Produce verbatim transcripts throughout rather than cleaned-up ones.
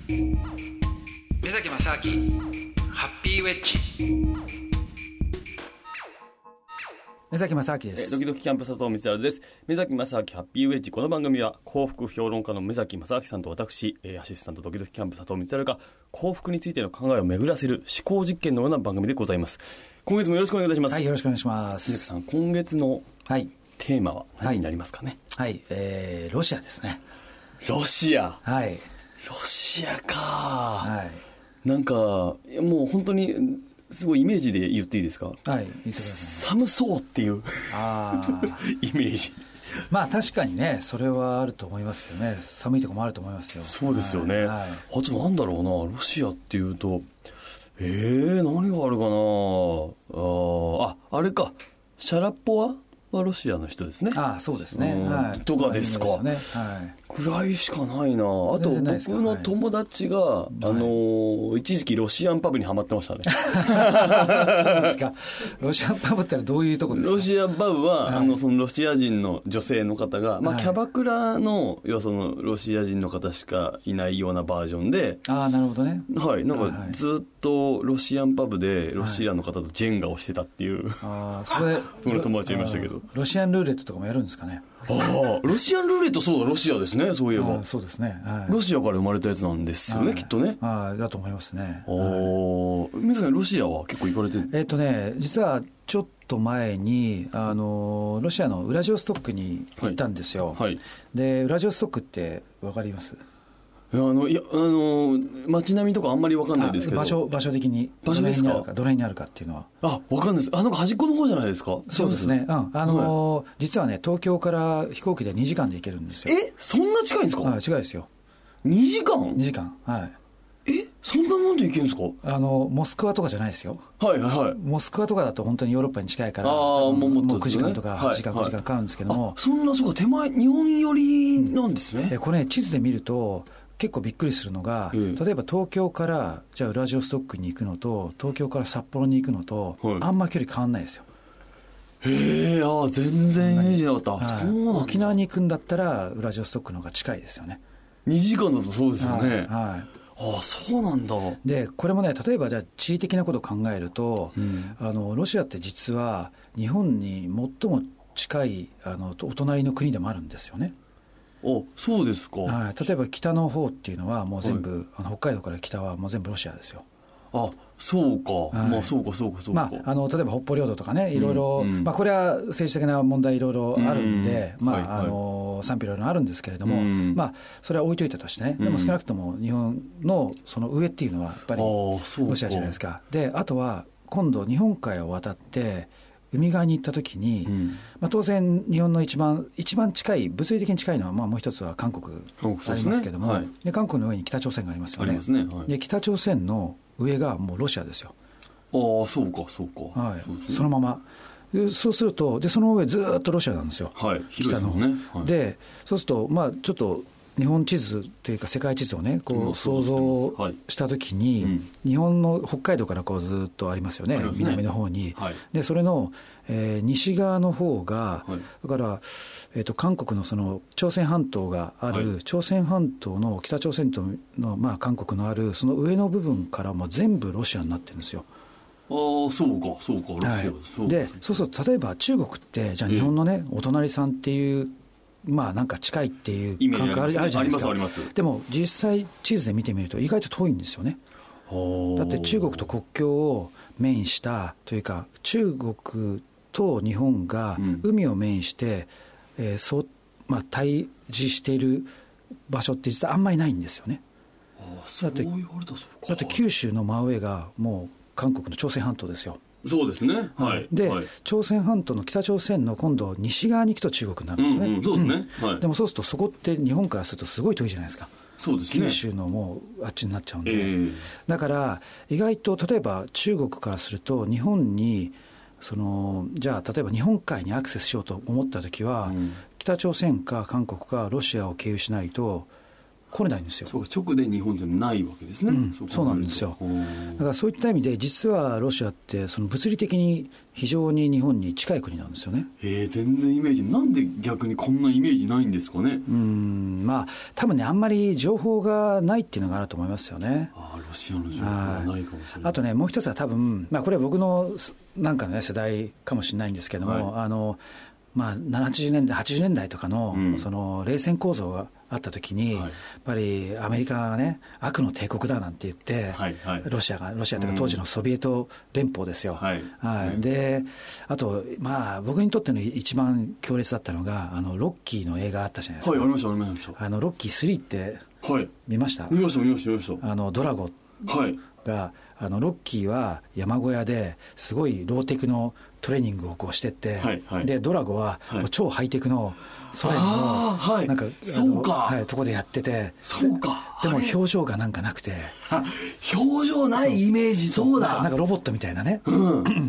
目崎正明ハッピーウェッジ。目崎正明です。 ドキドキキャンプ佐藤光晴です。目崎正明ハッピーウェッジ。この番組は幸福評論家の目崎正明さんと私アシスタントドキドキキャンプ佐藤光晴が幸福についての考えを巡らせる思考実験のような番組でございます。今月もよろしくお願いいたします。 はい、よろしくお願いします。 目崎さん、今月のテーマは何になりますかね。 はい、はい、えー、ロシアですね。 ロシア。 はい。 ロシアか。 はい。 なんかもう本当にすごいイメージで言っていいですか。 はい、言ってください。 寒そうっていうあイメージ。 まあ確かにね、それはあると思いますけどね。寒いところもあると思いますよ。 そうですよね、はいはい、あとなんだろうな、ロシアっていうとえー、何があるかなあ。あ、あれか、シャラポワはロシアの人ですね。 ああ、そうですね、はい、 とかですか、ね、はい、ぐらいしかないな。あと僕の友達が、はい、あのー、一時期ロシアンパブにハマってましたね。 ですか。ロシアンパブってどういうとこですか。 ロシアンパブは、はい、あのそのロシア人の女性の方が、まあ、キャバクラの、要はそのロシア人の方しかいないようなバージョンで、 ああ、なるほどね。 はい、なんかずっとロシアンパブでロシアの方とジェンガをしてたっていう、はい、あそこで僕の友達いましたけど。 ロシアンルーレットとかもやるんですかね。 ああ、ロシアンルーレット、そうだ、ロシアですね、そういえば。 そうですね、はい、 ロシアから生まれたやつなんですよね、はい、きっとね。 ああ、だと思いますね。 おー、皆さんロシアは結構行かれてる。 えっとね、実はちょっと前にあのロシアのウラジオストックに行ったんですよ、はいはい、でウラジオストックって分かります？ いや、あのいやあの街並みとかあんまり分かんないですけど、 場所場所的に場所ですか、 どの辺にあるかっていうのは。 あ、分かんないです。あの端っこの方じゃないですか。 そうですね、うん、あの、はい、実はね、東京から飛行機でにじかんで行けるんですよ。 え、そんな近いんですか。 はい、近いですよ。 にじかん ?に時間、はい。 え、そんなもんで行けるんですか。 あのモスクワとかじゃないですよ。 はいはいはい。 モスクワとかだと本当にヨーロッパに近いから、 あもうもっとですね、 もうくじかんとかはちじかん、はい、くじかんかかるんですけども、はい、 そんな、そうか、手前日本寄りなんですね、 うん、これね、地図で見ると結構びっくりするのが、ええ、例えば東京からじゃあウラジオストックに行くのと東京から札幌に行くのと、はい、あんま距離変わんないですよ。 へえ、あ、全然イメージなかった、はい、そうなんだ。 沖縄に行くんだったらウラジオストックの方が近いですよね。 にじかんだとそうですよね、はいはい、 ああ、そうなんだ。 でこれもね、例えばじゃあ地理的なことを考えると、うん、あのロシアって実は日本に最も近いあのお隣の国でもあるんですよね。 あ、そうですか、 はい、例えば北の方っていうのはもう全部、はい、あの北海道から北はもう全部ロシアですよ。 あ、そうか、はい、まあそうかそうかそうか、 まあ、あの例えば北方領土とかね、いろいろ、うんうん、まあ、これは政治的な問題いろいろあるんで、うん、まあ、はいはい、あの賛否いろいろあるんですけれども、うん、まあ、それは置いといたとしてね、でも少なくとも日本のその上っていうのはやっぱりロシアじゃないですか。であとは今度日本海を渡って海側に行ったときに、うん、まあ、当然日本の一番一番近い、物理的に近いのは、まあ、もう一つは韓国ありますけども、ね、はい、で韓国の上に北朝鮮がありますよね。ありますね、はい、で北朝鮮の上がもうロシアですよ。 ああ、そうかそうか、 はい、 そうですね、 そのままでそうすると、でその上ずっとロシアなんですよ、 はい、広いですもんね、はい、 でそうすると、まあ、ちょっと日本地図というか世界地図をね、こう想像したときに、はい、日本の北海道からこうずっとありますよね、南の方に、はい、でそれの、えー、西側の方が、はい、だから、えーと、韓国のその朝鮮半島がある、はい、朝鮮半島の北朝鮮との、まあ、韓国のあるその上の部分からも全部ロシアになってるんですよ。 ああ、そうかそうか、ロシア、はい、 そうでそうすると例えば中国ってじゃあ日本のね、えー、お隣さんっていう、まあなんか近いっていう感覚あるじゃないですか。ありますあります。でも実際地図で見てみると意外と遠いんですよね。だって中国と国境を面したというか、中国と日本が海を面して、うん、えーそうまあ、対峙している場所って実はあんまりないんですよね。 ああ、そう言われたらそうか。 だって九州の真上がもう韓国の朝鮮半島ですよ。 そうですね、はい、 で、 はい、 朝鮮半島の北朝鮮の今度西側に行くと中国になるんですよね、 うんうん、そうですね、はい、 でもそうするとそこって日本からするとすごい遠いじゃないですか。 そうですね、 九州のもうあっちになっちゃうんで、 えー、 だから意外と例えば中国からすると日本にそのじゃあ例えば日本海にアクセスしようと思ったときは、うん、北朝鮮か韓国かロシアを経由しないと来れないんですよ。 そうか、直で日本じゃないわけですね、うん、 そうそうなんですよ。だからそういった意味で実はロシアってその物理的に非常に日本に近い国なんですよね。 えー、全然イメージ、なんで逆にこんなイメージないんですかね。 うん、まあ多分ね、あんまり情報がないっていうのがあると思いますよね。 あ、ロシアの情報がないかもしれない。 あとね、もう一つは多分、まあ、これは僕のなんかの、ね、世代かもしれないんですけども、はい、あのまあ、ななじゅうねんだいはちじゅうねんだいとか の,、うん、その冷戦構造があったときに、はい、やっぱりアメリカがね、悪の帝国だなんて言って、はいはい、ロシアが、ロシアというか当時のソビエト連邦ですよ。はいはい、で、あと、まあ、僕にとっての一番強烈だったのが、あのロッキーの映画あったじゃないですか。 はい、ありました、ありました。 あのロッキースリーって見ました？ 見ました、見ました、見ました。 あのドラゴが、はい、あのロッキーは山小屋ですごいローテクのトレーニングをこうしてって、はいはい、でドラゴはもう超ハイテクのソ連のなんか、 そうか、 はい、とこでやってて、 そうか、 でも表情がなんかなくて、 表情ないイメージ、そうだ、 なんかロボットみたいなね、うん、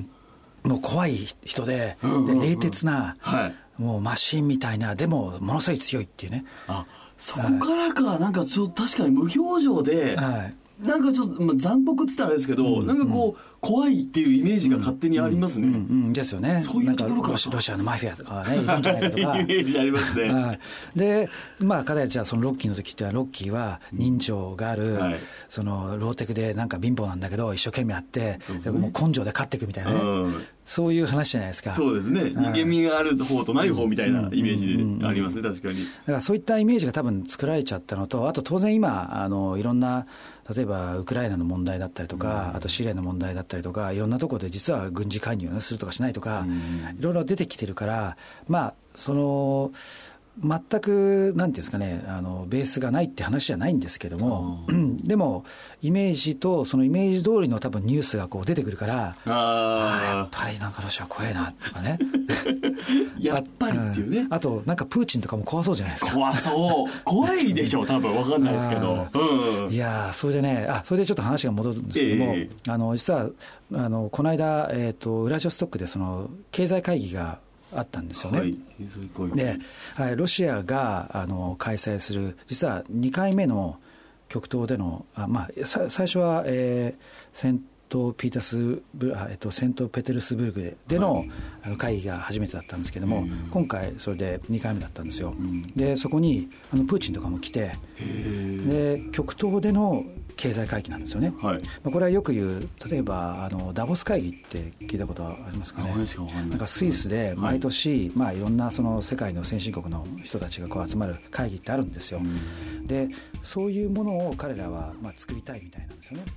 もう怖い人で、うんうんうん、で冷徹な、はい、もうマシンみたいな、でもものすごい強いっていうね。 あ、そこからか、はい、なんかちょ確かに無表情で、はい、なんかちょっと、まあ、残酷って言ったらあれですけど、うん、なんかこう、うん、怖いっていうイメージが勝手にありますね。 うんうんうん、ですよね。 そういうところかロシ、ロシアのマフィアとかね、いるんじゃないかとか。 イメージありますね。 はい、で、まあ、彼はじゃあそのロッキーの時ってのは、ロッキーは人情がある、はい、そのローテクでなんか貧乏なんだけど一生懸命やって、ね、もう根性で勝っていくみたいなね、うん、そういう話じゃないですか。 そうですね。人間味がある方とない方みたいなイメージでありますね、確かに。だからそういったイメージが多分作られちゃったのと、あと当然今あのいろんな、例えばウクライナの問題だったりとか、うん、あとシリアの問題だったりとか、いろんなところで実は軍事介入をするとかしないとか、うん、いろいろ出てきてるから、まあその全くなんていうんですかね、あのベースがないって話じゃないんですけども、でもイメージとそのイメージ通りの多分ニュースがこう出てくるから、ああやっぱりなんかロシア怖いなとかねやっぱりっていうね。 あ, あとなんかプーチンとかも怖そうじゃないですか。 怖そう、怖いでしょう多分、分かんないですけど、 うん、いやそれでね、あそれでちょっと話が戻るんですけども、えー、あの実はあのこの間、えーと、ウラジオストックでその経済会議があったんですよね。はい、で、はい、ロシアがあの開催する実はにかいめの極東での、あ、まあ、最初は、えー、セントピータスブ、えっと、セントペテルスブルクでの、はい、あの会議が初めてだったんですけども、今回それでにかいめだったんですよ。でそこにあのプーチンとかも来て、で極東での経済会議なんですよね。はい、まあ、これはよく言う、例えばあのダボス会議って聞いたことはありますかね。なんかスイスで毎年、はい、まあ、いろんなその世界の先進国の人たちがこう集まる会議ってあるんですよ。でそういうものを彼らはまあ作りたいみたいなんですよね。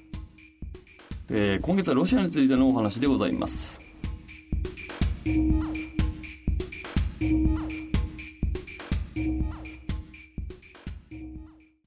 えー、今月はロシアについてのお話でございます。